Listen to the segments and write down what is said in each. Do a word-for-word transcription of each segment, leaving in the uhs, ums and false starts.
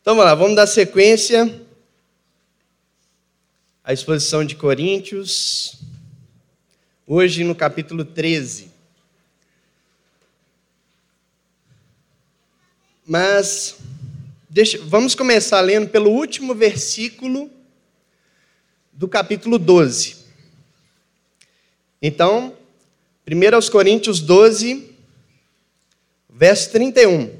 Então, vamos lá, vamos dar sequência à exposição de Coríntios, hoje no capítulo treze. Mas, deixa, vamos começar lendo pelo último versículo do capítulo doze. Então, primeiro aos Coríntios doze, verso trinta e um.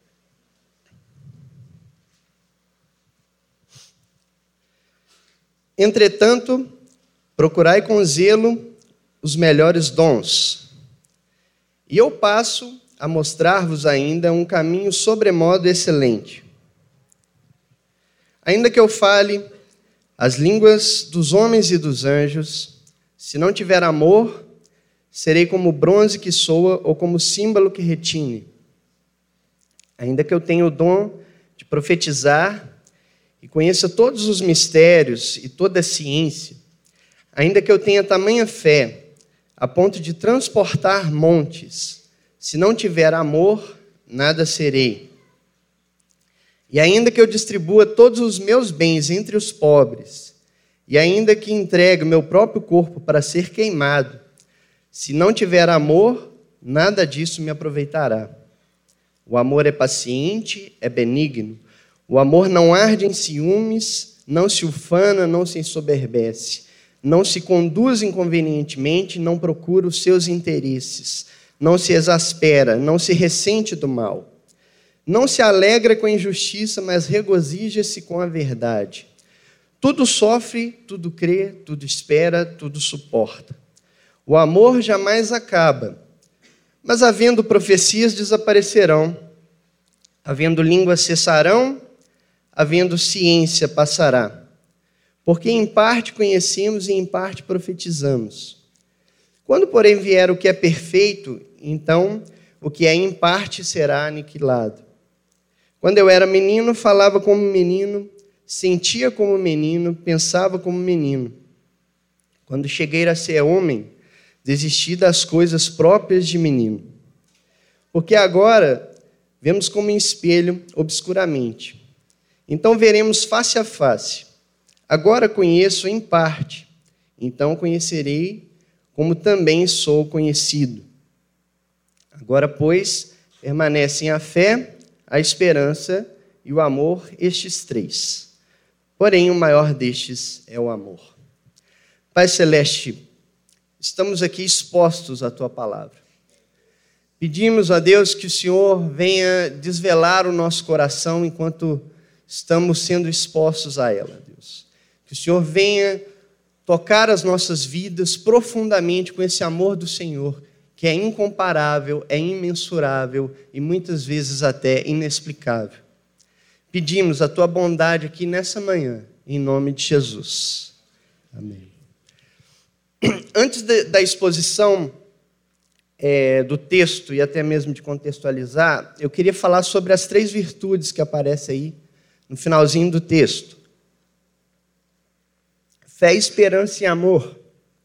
Entretanto, procurai com zelo os melhores dons. E eu passo a mostrar-vos ainda um caminho sobremodo excelente. Ainda que eu fale as línguas dos homens e dos anjos, se não tiver amor, serei como bronze que soa ou como símbolo que retine. Ainda que eu tenha o dom de profetizar e conheça todos os mistérios e toda a ciência, ainda que eu tenha tamanha fé, a ponto de transportar montes, se não tiver amor, nada serei. E ainda que eu distribua todos os meus bens entre os pobres, e ainda que entregue o meu próprio corpo para ser queimado, se não tiver amor, nada disso me aproveitará. O amor é paciente, é benigno. O amor não arde em ciúmes, não se ufana, não se ensoberbece, não se conduz inconvenientemente, não procura os seus interesses, não se exaspera, não se ressente do mal, não se alegra com a injustiça, mas regozija-se com a verdade. Tudo sofre, tudo crê, tudo espera, tudo suporta. O amor jamais acaba, mas havendo profecias desaparecerão, havendo línguas cessarão, havendo ciência passará. Porque em parte conhecemos e em parte profetizamos. Quando, porém, vier o que é perfeito, então o que é em parte será aniquilado. Quando eu era menino, falava como menino, sentia como menino, pensava como menino. Quando cheguei a ser homem, desisti das coisas próprias de menino. Porque agora vemos como em espelho, obscuramente. Então veremos face a face. Agora conheço em parte, então conhecerei como também sou conhecido. Agora, pois, permanecem a fé, a esperança e o amor, estes três. Porém, o maior destes é o amor. Pai Celeste, estamos aqui expostos à Tua palavra. Pedimos a Deus que o Senhor venha desvelar o nosso coração enquanto estamos sendo expostos a ela, Deus. Que o Senhor venha tocar as nossas vidas profundamente com esse amor do Senhor, que é incomparável, é imensurável e muitas vezes até inexplicável. Pedimos a Tua bondade aqui nessa manhã, em nome de Jesus. Amém. Antes de, da exposição é, do texto e até mesmo de contextualizar, eu queria falar sobre as três virtudes que aparecem aí no finalzinho do texto. Fé, esperança e amor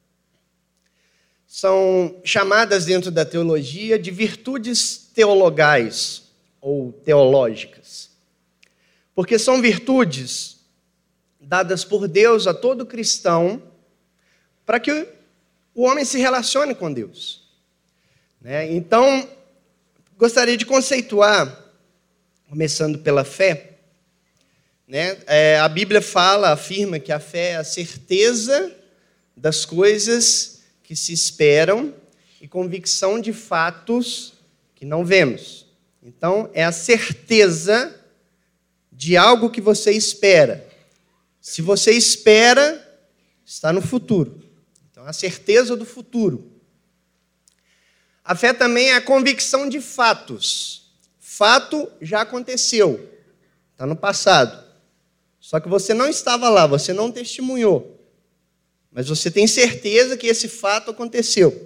são chamadas dentro da teologia de virtudes teologais ou teológicas, porque são virtudes dadas por Deus a todo cristão para que o homem se relacione com Deus. Então, gostaria de conceituar, começando pela fé. Né? É, a Bíblia fala, afirma que a fé é a certeza das coisas que se esperam e convicção de fatos que não vemos. Então, é a certeza de algo que você espera. Se você espera, está no futuro. Então, a certeza do futuro. A fé também é a convicção de fatos. Fato já aconteceu, está no passado. Só que você não estava lá, você não testemunhou. Mas você tem certeza que esse fato aconteceu.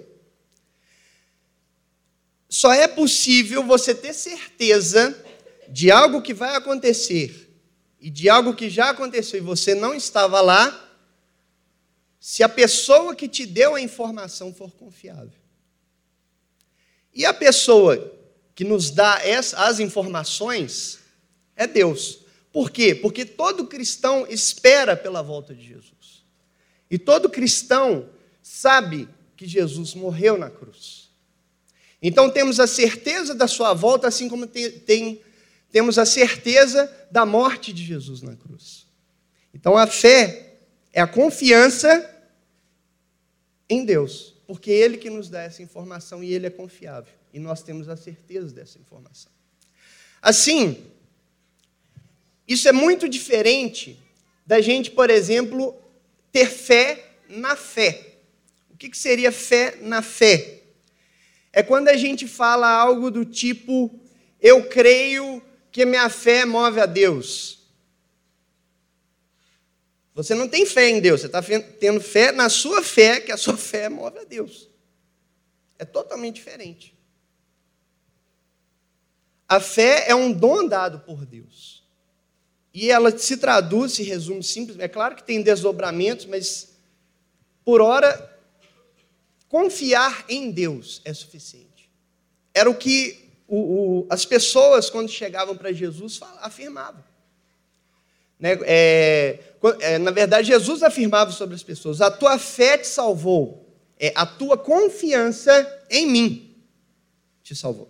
Só é possível você ter certeza de algo que vai acontecer e de algo que já aconteceu e você não estava lá, se a pessoa que te deu a informação for confiável. E a pessoa que nos dá as informações é Deus. Por quê? Porque todo cristão espera pela volta de Jesus. E todo cristão sabe que Jesus morreu na cruz. Então temos a certeza da sua volta, assim como tem, tem, temos a certeza da morte de Jesus na cruz. Então a fé é a confiança em Deus, porque é Ele que nos dá essa informação e Ele é confiável. E nós temos a certeza dessa informação. Assim, isso é muito diferente da gente, por exemplo, ter fé na fé. O que seria fé na fé? É quando a gente fala algo do tipo, eu creio que a minha fé move a Deus. Você não tem fé em Deus, você está tendo fé na sua fé, que a sua fé move a Deus. É totalmente diferente. A fé é um dom dado por Deus. E ela se traduz, se resume simples. É claro que tem desdobramentos, mas, por hora, confiar em Deus é suficiente. Era o que o, o, as pessoas, quando chegavam para Jesus, afirmavam. Né? É, é, na verdade, Jesus afirmava sobre as pessoas, a tua fé te salvou, é, a tua confiança em mim te salvou.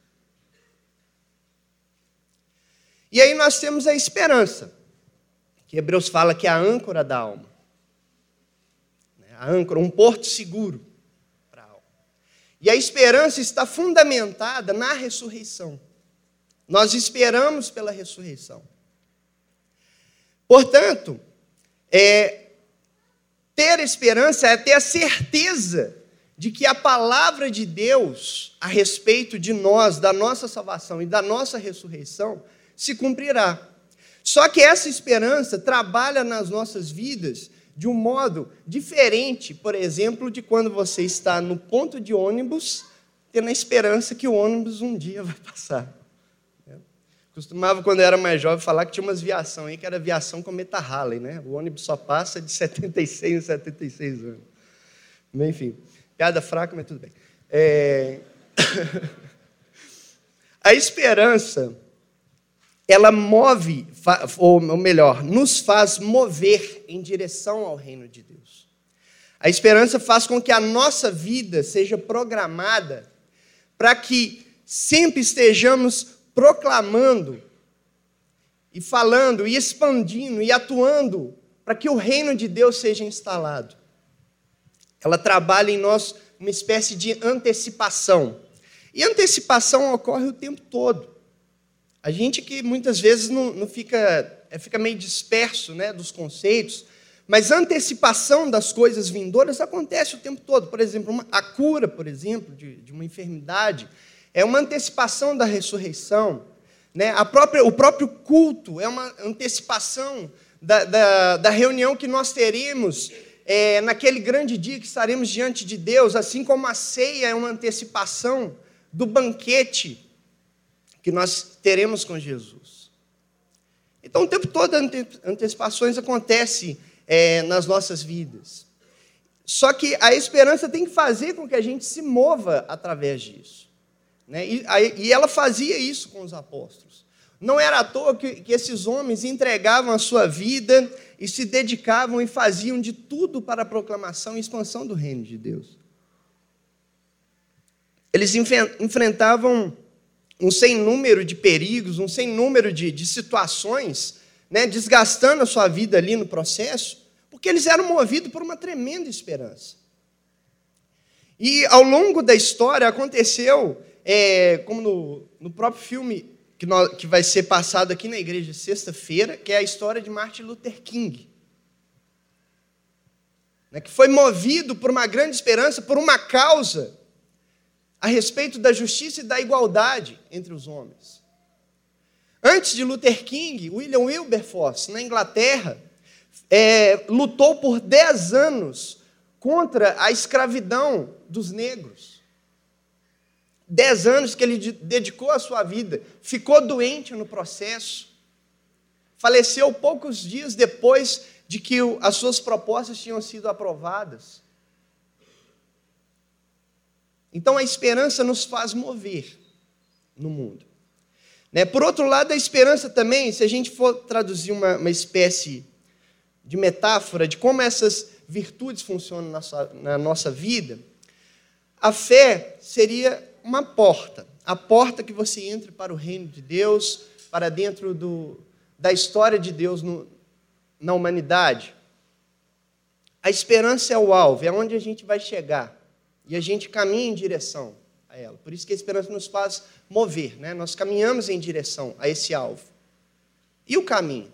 E aí nós temos a esperança, que Hebreus fala que é a âncora da alma. A âncora, um porto seguro para a alma. E a esperança está fundamentada na ressurreição. Nós esperamos pela ressurreição. Portanto, é, ter esperança é ter a certeza de que a palavra de Deus a respeito de nós, da nossa salvação e da nossa ressurreição, se cumprirá. Só que essa esperança trabalha nas nossas vidas de um modo diferente, por exemplo, de quando você está no ponto de ônibus, tendo a esperança que o ônibus um dia vai passar. Costumava, quando eu era mais jovem, falar que tinha umas viação aí, que era viação cometa Halley, né? O ônibus só passa de setenta e seis em setenta e seis anos. Enfim, piada fraca, mas tudo bem. É... a esperança, ela move, ou melhor, nos faz mover em direção ao reino de Deus. A esperança faz com que a nossa vida seja programada para que sempre estejamos proclamando e falando e expandindo e atuando para que o reino de Deus seja instalado. Ela trabalha em nós uma espécie de antecipação. E antecipação ocorre o tempo todo. A gente que muitas vezes não, não fica, fica meio disperso, né, dos conceitos, mas a antecipação das coisas vindouras acontece o tempo todo. Por exemplo, uma, a cura, por exemplo, de, de uma enfermidade, é uma antecipação da ressurreição. Né? A própria, o próprio culto é uma antecipação da, da, da reunião que nós teremos é, naquele grande dia que estaremos diante de Deus, assim como a ceia é uma antecipação do banquete que nós teremos com Jesus. Então, o tempo todo, ante, antecipações acontecem é, nas nossas vidas. Só que a esperança tem que fazer com que a gente se mova através disso. Né? E, a, e ela fazia isso com os apóstolos. Não era à toa que, que esses homens entregavam a sua vida e se dedicavam e faziam de tudo para a proclamação e expansão do reino de Deus. Eles enfrentavam um sem número de perigos, um sem número de, de situações, né, desgastando a sua vida ali no processo, porque eles eram movidos por uma tremenda esperança. E ao longo da história aconteceu, é, como no, no próprio filme que, nós, que vai ser passado aqui na igreja sexta-feira, que é a história de Martin Luther King, né, que foi movido por uma grande esperança, por uma causa a respeito da justiça e da igualdade entre os homens. Antes de Luther King, William Wilberforce, na Inglaterra, é, lutou por dez anos contra a escravidão dos negros. Dez anos que ele dedicou a sua vida, ficou doente no processo, faleceu poucos dias depois de que as suas propostas tinham sido aprovadas. Então, a esperança nos faz mover no mundo. Né? Por outro lado, a esperança também, se a gente for traduzir uma, uma espécie de metáfora de como essas virtudes funcionam na, sua, na nossa vida, a fé seria uma porta. A porta que você entra para o reino de Deus, para dentro do, da história de Deus no, na humanidade. A esperança é o alvo, é onde a gente vai chegar. E a gente caminha em direção a ela. Por isso que a esperança nos faz mover, né? Nós caminhamos em direção a esse alvo. E o caminho?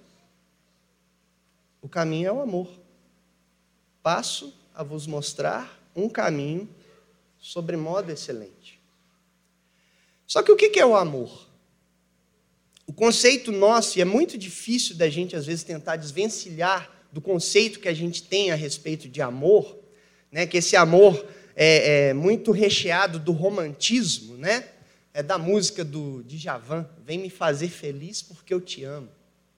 O caminho é o amor. Passo a vos mostrar um caminho sobre modo excelente. Só que o que é o amor? O conceito nosso, e é muito difícil da gente, às vezes, tentar desvencilhar do conceito que a gente tem a respeito de amor, né? Que esse amor é, é muito recheado do romantismo, né? É da música do Djavan, vem me fazer feliz porque eu te amo.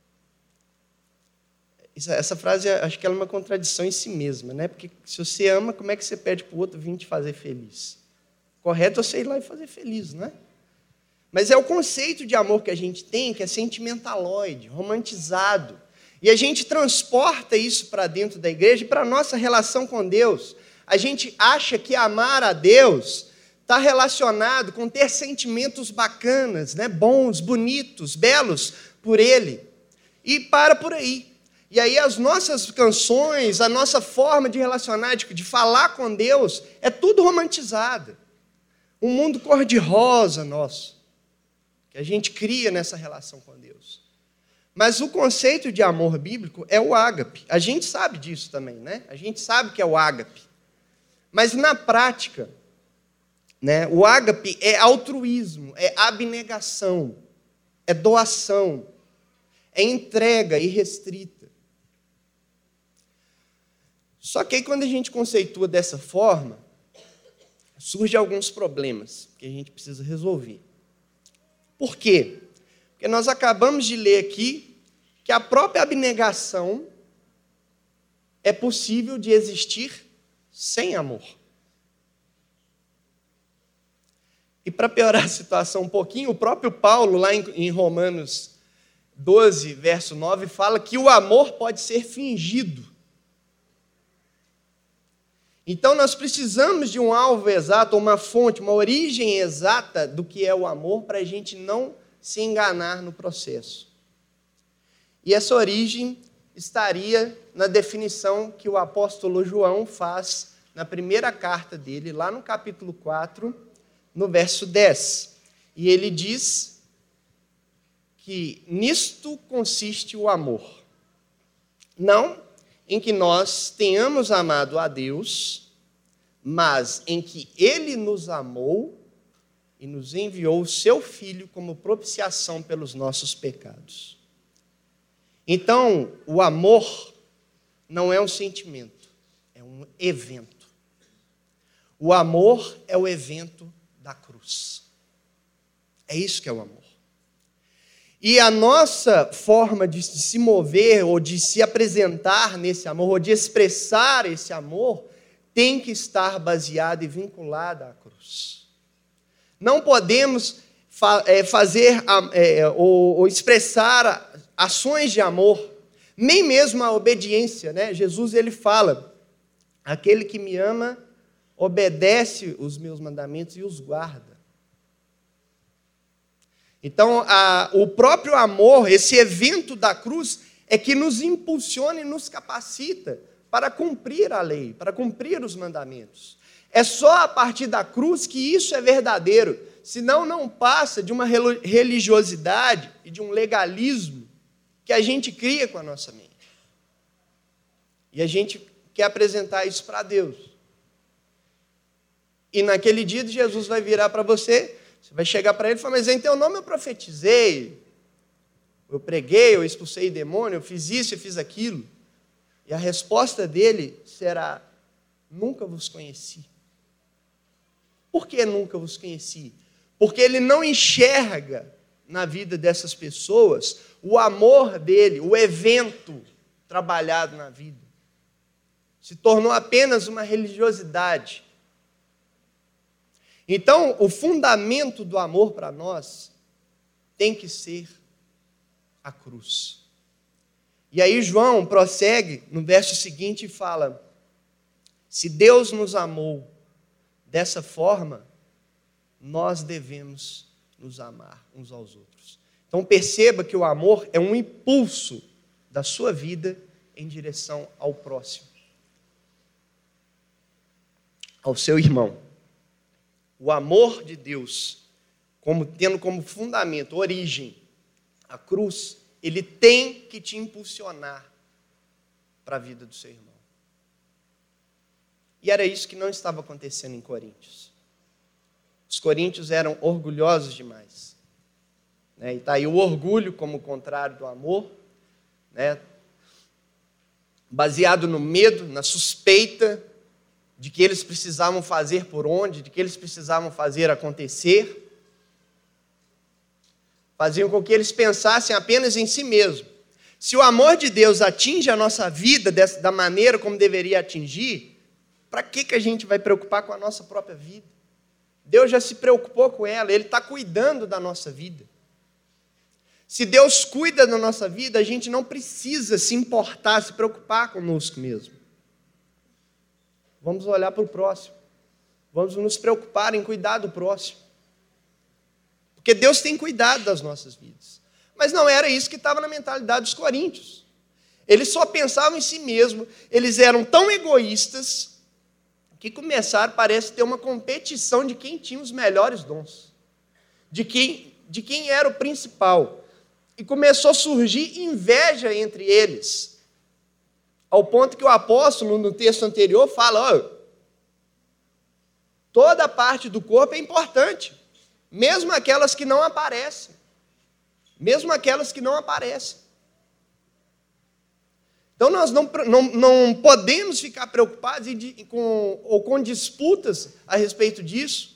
Essa frase, acho que ela é uma contradição em si mesma, né? Porque se você ama, como é que você pede para o outro vir te fazer feliz? Correto é você ir lá e fazer feliz, né? Mas é o conceito de amor que a gente tem, que é sentimentaloide, romantizado. E a gente transporta isso para dentro da igreja e para a nossa relação com Deus. A gente acha que amar a Deus está relacionado com ter sentimentos bacanas, né? Bons, bonitos, belos por Ele. E para por aí. E aí as nossas canções, a nossa forma de relacionar, de, de falar com Deus, é tudo romantizado. Um mundo cor-de-rosa nosso, que a gente cria nessa relação com Deus. Mas o conceito de amor bíblico é o ágape. A gente sabe disso também, né? A gente sabe que é o ágape. Mas na prática, né, o ágape é altruísmo, é abnegação, é doação, é entrega irrestrita. Só que aí, quando a gente conceitua dessa forma, surgem alguns problemas que a gente precisa resolver. Por quê? Porque nós acabamos de ler aqui que a própria abnegação é possível de existir sem amor. E para piorar a situação um pouquinho, o próprio Paulo, lá em Romanos doze, verso nove, fala que o amor pode ser fingido. Então, nós precisamos de um alvo exato, uma fonte, uma origem exata do que é o amor, para a gente não se enganar no processo. E essa origem estaria na definição que o apóstolo João faz na primeira carta dele, lá no capítulo quatro, no verso dez. E ele diz que nisto consiste o amor. Não em que nós tenhamos amado a Deus, mas em que Ele nos amou e nos enviou o Seu Filho como propiciação pelos nossos pecados. Então, o amor não é um sentimento, é um evento. O amor é o evento da cruz. É isso que é o amor. E a nossa forma de se mover, ou de se apresentar nesse amor, ou de expressar esse amor, tem que estar baseada e vinculada à cruz. Não podemos fa- é, fazer é, ou, ou expressar ações de amor, nem mesmo a obediência, né? Jesus, ele fala, aquele que me ama, obedece os meus mandamentos e os guarda. Então, a, o próprio amor, esse evento da cruz, é que nos impulsiona e nos capacita para cumprir a lei, para cumprir os mandamentos. É só a partir da cruz que isso é verdadeiro, senão não passa de uma religiosidade e de um legalismo que a gente cria com a nossa mente. E a gente quer apresentar isso para Deus. E naquele dia Jesus vai virar para você, você vai chegar para ele e falar, mas em teu nome eu profetizei, eu preguei, eu expulsei demônio, eu fiz isso, eu fiz aquilo. E a resposta dele será, nunca vos conheci. Por que nunca vos conheci? Porque ele não enxerga na vida dessas pessoas o amor dele, o evento trabalhado na vida. Se tornou apenas uma religiosidade. Então, o fundamento do amor para nós tem que ser a cruz. E aí João prossegue no verso seguinte e fala: se Deus nos amou dessa forma, nós devemos nos amar uns aos outros. Então perceba que o amor é um impulso da sua vida em direção ao próximo, ao seu irmão. O amor de Deus, como tendo como fundamento, origem, a cruz, ele tem que te impulsionar para a vida do seu irmão. E era isso que não estava acontecendo em Coríntios. Os coríntios eram orgulhosos demais. Né? E está aí o orgulho como contrário do amor, né? Baseado no medo, na suspeita de que eles precisavam fazer por onde, de que eles precisavam fazer acontecer. Faziam com que eles pensassem apenas em si mesmos. Se o amor de Deus atinge a nossa vida dessa, da maneira como deveria atingir, para que, que a gente vai preocupar com a nossa própria vida? Deus já se preocupou com ela, Ele está cuidando da nossa vida. Se Deus cuida da nossa vida, a gente não precisa se importar, se preocupar conosco mesmo. Vamos olhar para o próximo. Vamos nos preocupar em cuidar do próximo. Porque Deus tem cuidado das nossas vidas. Mas não era isso que estava na mentalidade dos coríntios. Eles só pensavam em si mesmos, eles eram tão egoístas que começaram, parece, ter uma competição de quem tinha os melhores dons, de quem, de quem era o principal. E começou a surgir inveja entre eles, ao ponto que o apóstolo, no texto anterior, fala: oh, toda parte do corpo é importante, mesmo aquelas que não aparecem. Mesmo aquelas que não aparecem. Então, nós não, não, não podemos ficar preocupados em, com, ou com disputas a respeito disso.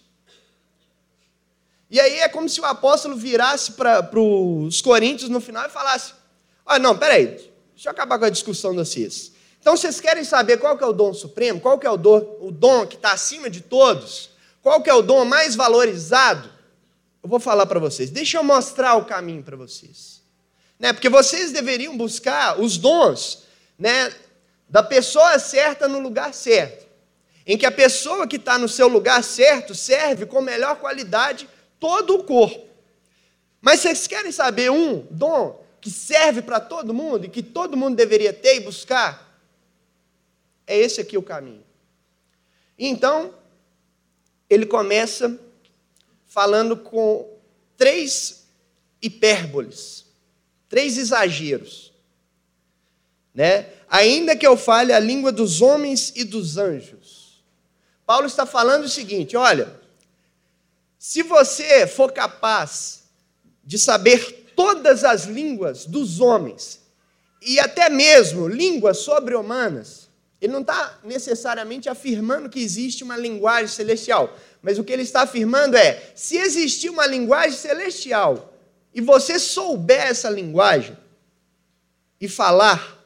E aí é como se o apóstolo virasse para os coríntios no final e falasse: olha, não, peraí, deixa eu acabar com a discussão de vocês. Então, vocês querem saber qual que é o dom supremo? Qual que é o dom, o dom que está acima de todos? Qual que é o dom mais valorizado? Eu vou falar para vocês. Deixa eu mostrar o caminho para vocês. Né? Porque vocês deveriam buscar os dons, né, da pessoa certa no lugar certo. Em que a pessoa que está no seu lugar certo serve com melhor qualidade todo o corpo. Mas vocês querem saber um dom que serve para todo mundo e que todo mundo deveria ter e buscar? É esse aqui o caminho. Então, ele começa falando com três hipérboles, três exageros. Né? Ainda que eu fale a língua dos homens e dos anjos. Paulo está falando o seguinte: olha, se você for capaz de saber todas as línguas dos homens, e até mesmo línguas sobre-humanas, ele não está necessariamente afirmando que existe uma linguagem celestial, mas o que ele está afirmando é: se existir uma linguagem celestial, e você souber essa linguagem, e falar,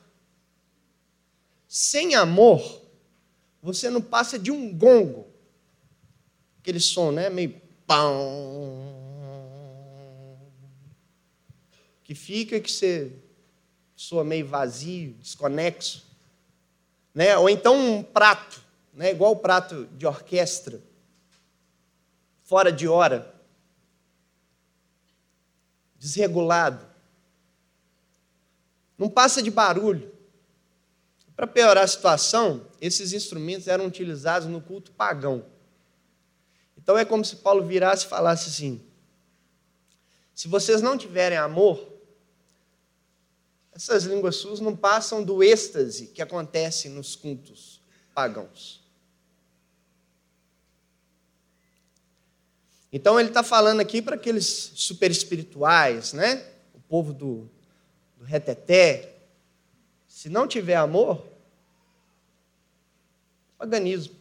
sem amor, você não passa de um gongo. Aquele som, né? Meio pão. Que fica que você soa meio vazio, desconexo. Né? Ou então um prato, né? Igual o prato de orquestra, fora de hora, desregulado. Não passa de barulho. Para piorar a situação, esses instrumentos eram utilizados no culto pagão. Então é como se Paulo virasse e falasse assim: se vocês não tiverem amor, essas línguas suas não passam do êxtase que acontece nos cultos pagãos. Então ele está falando aqui para aqueles super espirituais, né? O povo do, do reteté. Se não tiver amor, paganismo.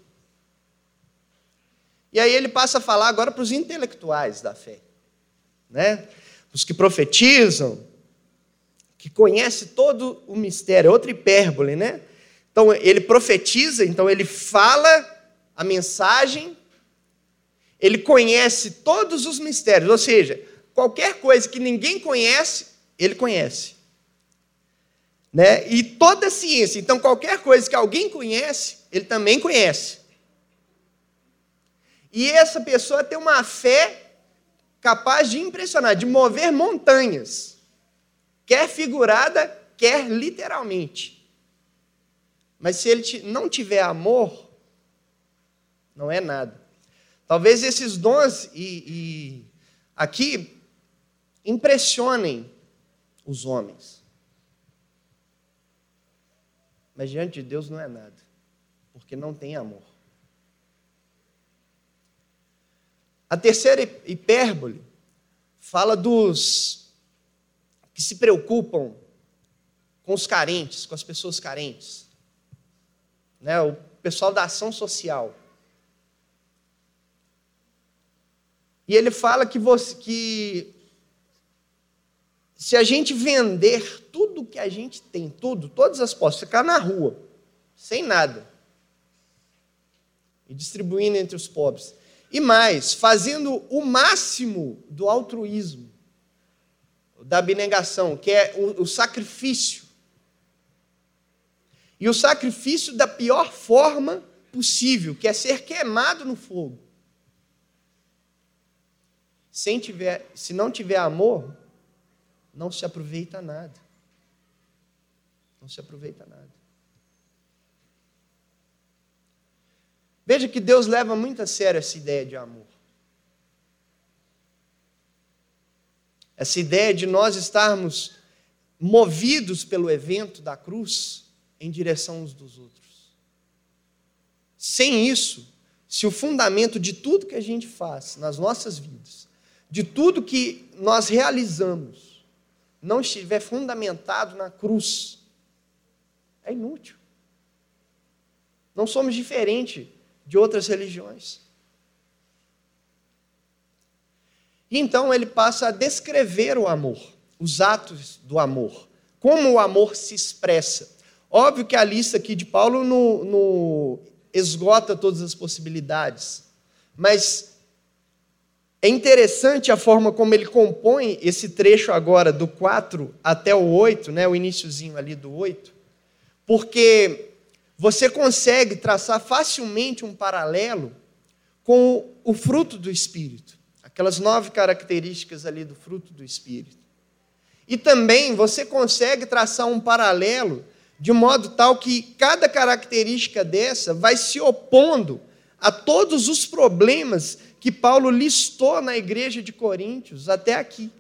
E aí ele passa a falar agora para os intelectuais da fé, né? Os que profetizam, que conhecem todo o mistério, outra hipérbole, né? Então ele profetiza, então ele fala a mensagem, ele conhece todos os mistérios, ou seja, qualquer coisa que ninguém conhece, ele conhece. Né? E toda a ciência, então qualquer coisa que alguém conhece, ele também conhece. E essa pessoa tem uma fé capaz de impressionar, de mover montanhas, quer figurada, quer literalmente. Mas se ele não tiver amor, não é nada. Talvez esses dons e, e aqui impressionem os homens. Mas diante de Deus não é nada, porque não tem amor. A terceira hipérbole fala dos que se preocupam com os carentes, com as pessoas carentes. Né? O pessoal da ação social. E ele fala que, você, que se a gente vender tudo que a gente tem, tudo, todas as posses, ficar na rua, sem nada, e distribuindo entre os pobres, e mais, fazendo o máximo do altruísmo, da abnegação, que é o, o sacrifício, e o sacrifício da pior forma possível, que é ser queimado no fogo. Sem tiver, se não tiver amor, não se aproveita nada. Não se aproveita nada. Veja que Deus leva muito a sério essa ideia de amor. Essa ideia de nós estarmos movidos pelo evento da cruz em direção uns dos outros. Sem isso, se o fundamento de tudo que a gente faz nas nossas vidas, de tudo que nós realizamos, não estiver fundamentado na cruz, é inútil. Não somos diferentes de outras religiões. E então ele passa a descrever o amor, os atos do amor, como o amor se expressa. Óbvio que a lista aqui de Paulo não, não esgota todas as possibilidades, mas é interessante a forma como ele compõe esse trecho agora, do quatro até o oito, né, o iniciozinho ali do oito, porque você consegue traçar facilmente um paralelo com o fruto do Espírito, aquelas nove características ali do fruto do Espírito. E também você consegue traçar um paralelo de modo tal que cada característica dessa vai se opondo a todos os problemas que Paulo listou na igreja de Coríntios até aqui.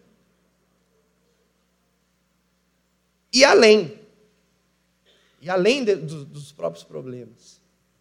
E além. E além de, do, dos próprios problemas.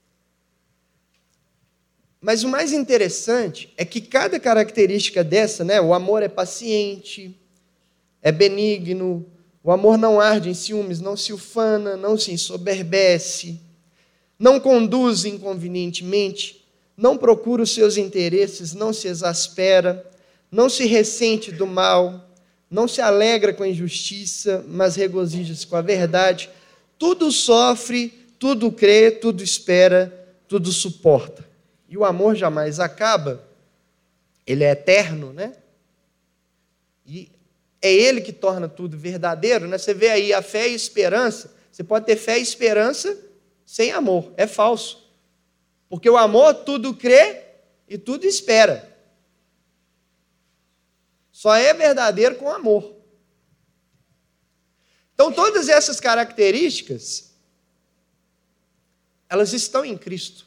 Mas o mais interessante é que cada característica dessa, né, o amor é paciente, é benigno, o amor não arde em ciúmes, não se ufana, não se ensoberbece, não conduz inconvenientemente, não procura os seus interesses, não se exaspera, não se ressente do mal, não se alegra com a injustiça, mas regozija-se com a verdade. Tudo sofre, tudo crê, tudo espera, tudo suporta. E o amor jamais acaba, ele é eterno, né? E é ele que torna tudo verdadeiro, né? Você vê aí a fé e a esperança, você pode ter fé e esperança sem amor, é falso. Porque o amor tudo crê e tudo espera. Só é verdadeiro com amor. Então, todas essas características, elas estão em Cristo.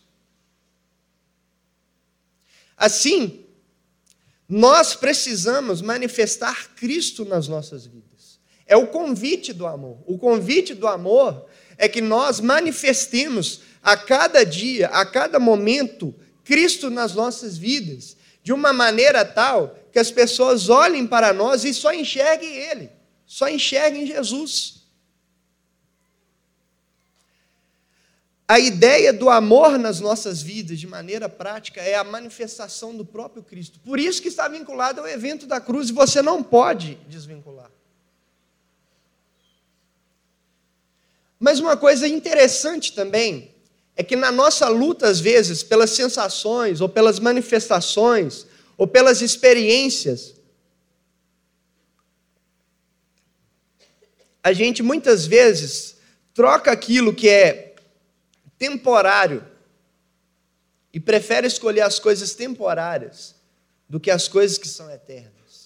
Assim, nós precisamos manifestar Cristo nas nossas vidas. É o convite do amor. O convite do amor é que nós manifestemos a cada dia, a cada momento, Cristo nas nossas vidas, de uma maneira tal que as pessoas olhem para nós e só enxerguem Ele, só enxerguem Jesus. A ideia do amor nas nossas vidas, de maneira prática, é a manifestação do próprio Cristo. Por isso que está vinculado ao evento da cruz, e você não pode desvincular. Mas uma coisa interessante também é que na nossa luta, às vezes, pelas sensações, ou pelas manifestações, ou pelas experiências, a gente muitas vezes troca aquilo que é temporário e prefere escolher as coisas temporárias do que as coisas que são eternas.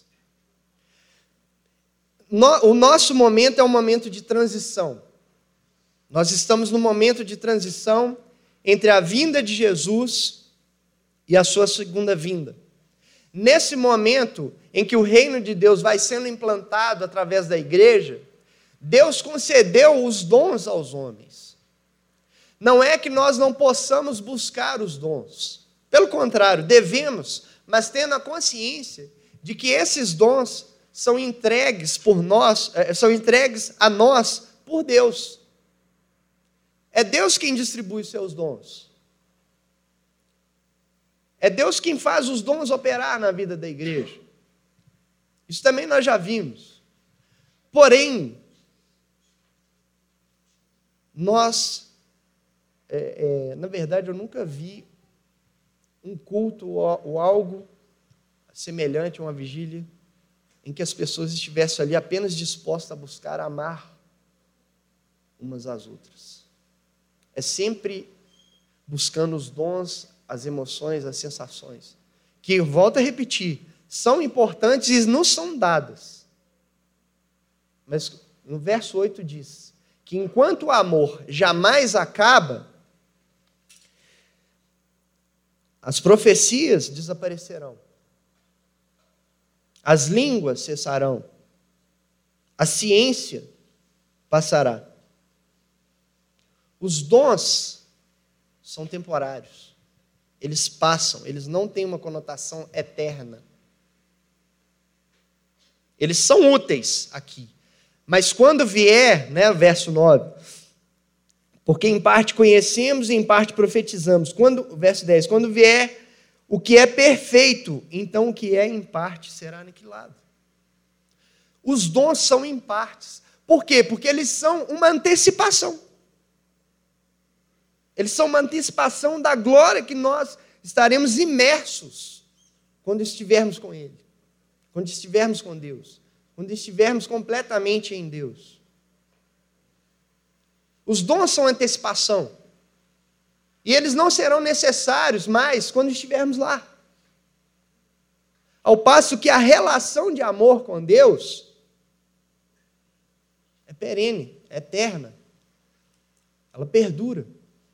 O nosso momento é um momento de transição. Nós estamos no momento de transição entre a vinda de Jesus e a sua segunda vinda. Nesse momento em que o reino de Deus vai sendo implantado através da igreja, Deus concedeu os dons aos homens. Não é que nós não possamos buscar os dons. Pelo contrário, devemos, mas tendo a consciência de que esses dons são entregues por nós, são entregues a nós por Deus. É Deus quem distribui os seus dons. É Deus quem faz os dons operar na vida da igreja. Isso também nós já vimos. Porém, nós, é, é, na verdade, eu nunca vi um culto ou, ou algo semelhante a uma vigília em que as pessoas estivessem ali apenas dispostas a buscar amar umas às outras. É sempre buscando os dons, as emoções, as sensações, que, volto a repetir, são importantes e nos são dadas. Mas no verso oito diz que enquanto o amor jamais acaba, as profecias desaparecerão, as línguas cessarão, a ciência passará. Os dons são temporários. Eles passam, eles não têm uma conotação eterna. Eles são úteis aqui. Mas quando vier, né, verso nove, porque em parte conhecemos e em parte profetizamos. Quando, verso dez, quando vier o que é perfeito, então o que é em parte será aniquilado. Os dons são em partes. Por quê? Porque eles são uma antecipação. Eles são uma antecipação da glória que nós estaremos imersos quando estivermos com Ele, quando estivermos com Deus, quando estivermos completamente em Deus. Os dons são antecipação. E eles não serão necessários mais quando estivermos lá. Ao passo que a relação de amor com Deus é perene, é eterna. Ela perdura.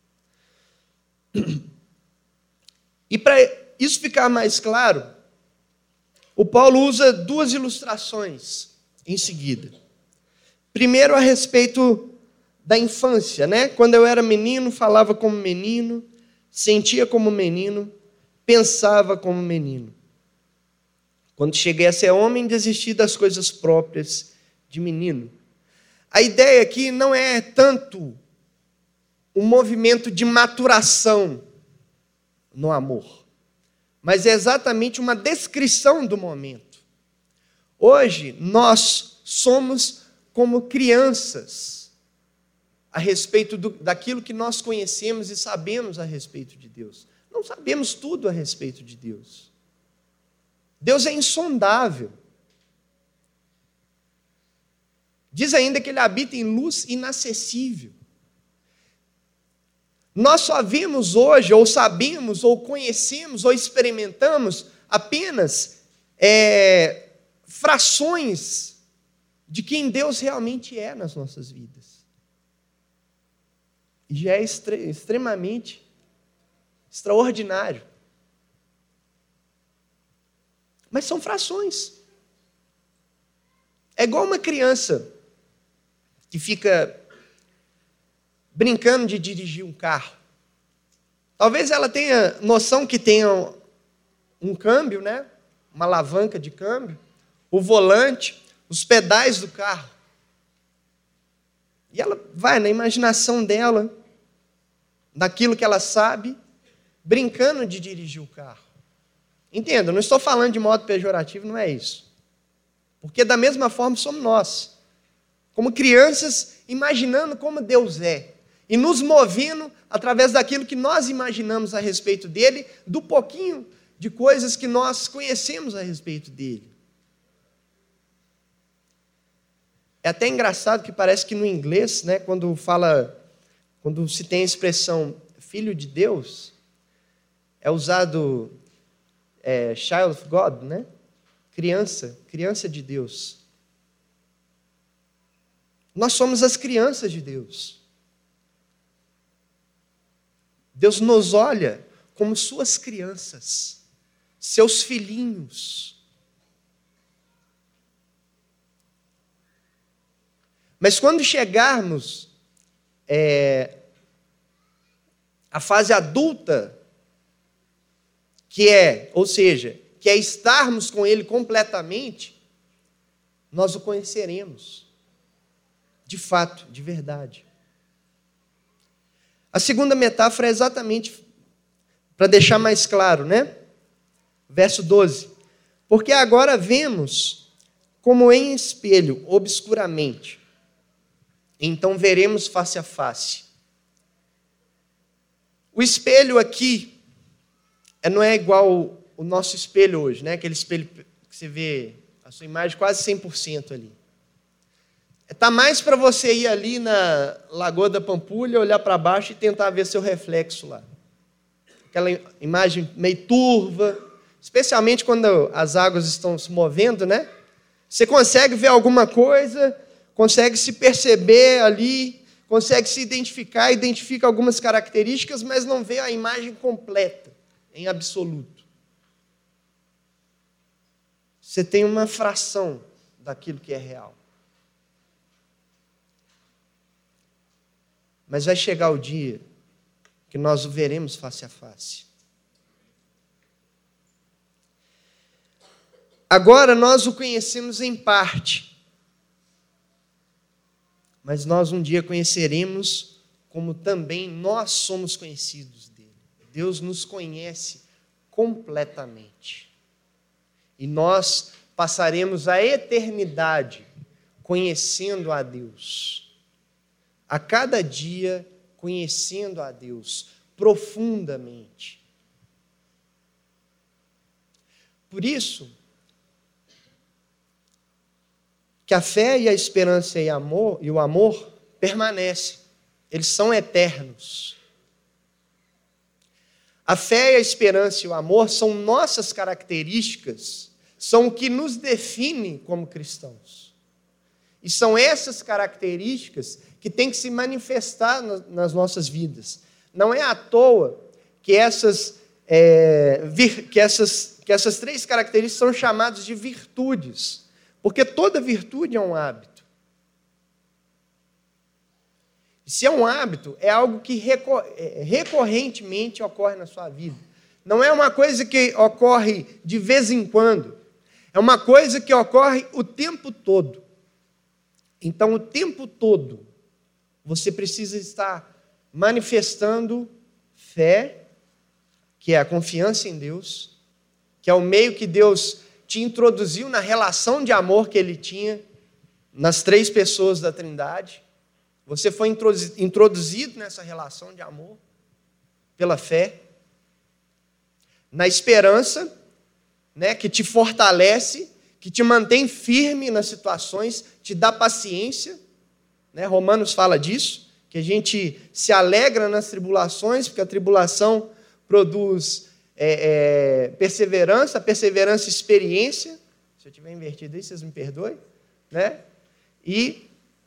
E para isso ficar mais claro, o Paulo usa duas ilustrações em seguida. Primeiro, a respeito da infância, né? Quando eu era menino, falava como menino, sentia como menino, pensava como menino. Quando cheguei a ser homem, desisti das coisas próprias de menino. A ideia aqui não é tanto um movimento de maturação no amor, mas é exatamente uma descrição do momento. Hoje, nós somos como crianças a respeito do, daquilo que nós conhecemos e sabemos a respeito de Deus. Não sabemos tudo a respeito de Deus. Deus é insondável. Diz ainda que Ele habita em luz inacessível. Nós só vemos hoje, ou sabemos, ou conhecemos, ou experimentamos apenas é, frações de quem Deus realmente é nas nossas vidas. E já é extre- extremamente extraordinário. Mas são frações. É igual uma criança que fica brincando de dirigir um carro. Talvez ela tenha noção que tenha um câmbio, né? Uma alavanca de câmbio, o volante, os pedais do carro. E ela vai na imaginação dela, daquilo que ela sabe, brincando de dirigir o carro. Entenda, eu não estou falando de modo pejorativo, não é isso. Porque da mesma forma somos nós, como crianças, imaginando como Deus é, e nos movendo através daquilo que nós imaginamos a respeito dele, do pouquinho de coisas que nós conhecemos a respeito dele. É até engraçado que parece que no inglês, né, quando fala, quando se tem a expressão filho de Deus, é usado é, child of God, né? Criança, criança de Deus. Nós somos as crianças de Deus. Deus nos olha como suas crianças, seus filhinhos. Mas quando chegarmos é, à fase adulta, que é, ou seja, que é estarmos com Ele completamente, nós o conheceremos, de fato, de verdade. A segunda metáfora é exatamente para deixar mais claro, né? Verso doze. Porque agora vemos como em espelho, obscuramente. Então veremos face a face. O espelho aqui não é igual o nosso espelho hoje, né? Aquele espelho que você vê a sua imagem quase cem por cento ali. Está mais para você ir ali na Lagoa da Pampulha, olhar para baixo e tentar ver seu reflexo lá. Aquela imagem meio turva, especialmente quando as águas estão se movendo, né? Você consegue ver alguma coisa, consegue se perceber ali, consegue se identificar, identifica algumas características, mas não vê a imagem completa, em absoluto. Você tem uma fração daquilo que é real. Mas vai chegar o dia que nós o veremos face a face. Agora nós o conhecemos em parte, mas nós um dia conheceremos como também nós somos conhecidos dele. Deus nos conhece completamente. E nós passaremos a eternidade conhecendo a Deus. A cada dia conhecendo a Deus profundamente. Por isso, que a fé e a esperança e, amor, e o amor permanecem. Eles são eternos. A fé e a esperança e o amor são nossas características, são o que nos define como cristãos. E são essas características que têm que se manifestar nas nossas vidas. Não é à toa que essas, é, vir, que essas, que essas três características são chamadas de virtudes, porque toda virtude é um hábito. Se é um hábito, é algo que recor- recorrentemente ocorre na sua vida. Não é uma coisa que ocorre de vez em quando. É uma coisa que ocorre o tempo todo. Então, o tempo todo, você precisa estar manifestando fé, que é a confiança em Deus, que é o meio que Deus te introduziu na relação de amor que Ele tinha nas três pessoas da Trindade. Você foi introduzido nessa relação de amor pela fé, na esperança, né, que te fortalece, que te mantém firme nas situações, te dá paciência, né? Romanos fala disso, que a gente se alegra nas tribulações, porque a tribulação produz é, é, perseverança, a perseverança experiência. Se eu tiver invertido aí, vocês me perdoem, né? E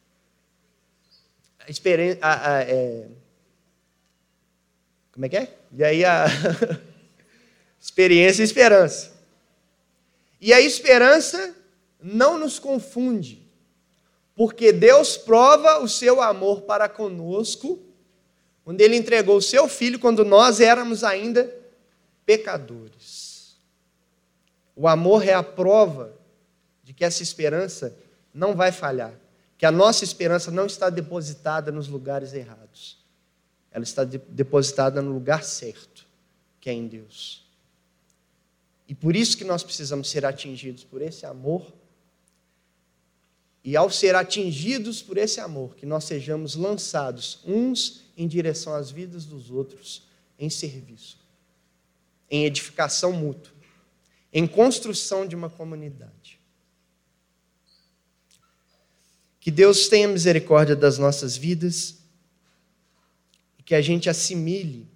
a experiência, a, a, é, como é que é? E aí a experiência e esperança. E a esperança não nos confunde, porque Deus prova o seu amor para conosco, quando Ele entregou o seu Filho, quando nós éramos ainda pecadores. O amor é a prova de que essa esperança não vai falhar, que a nossa esperança não está depositada nos lugares errados. Ela está de- depositada no lugar certo, que é em Deus. E por isso que nós precisamos ser atingidos por esse amor. E ao ser atingidos por esse amor, que nós sejamos lançados uns em direção às vidas dos outros, em serviço, em edificação mútua, em construção de uma comunidade. Que Deus tenha misericórdia das nossas vidas e que a gente assimile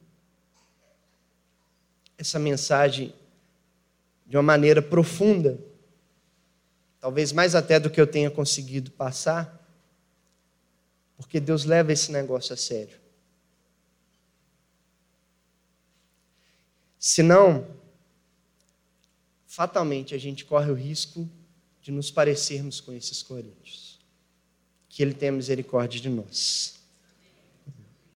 essa mensagem de uma maneira profunda, talvez mais até do que eu tenha conseguido passar, porque Deus leva esse negócio a sério. Senão, fatalmente a gente corre o risco de nos parecermos com esses coríntios. Que Ele tenha misericórdia de nós.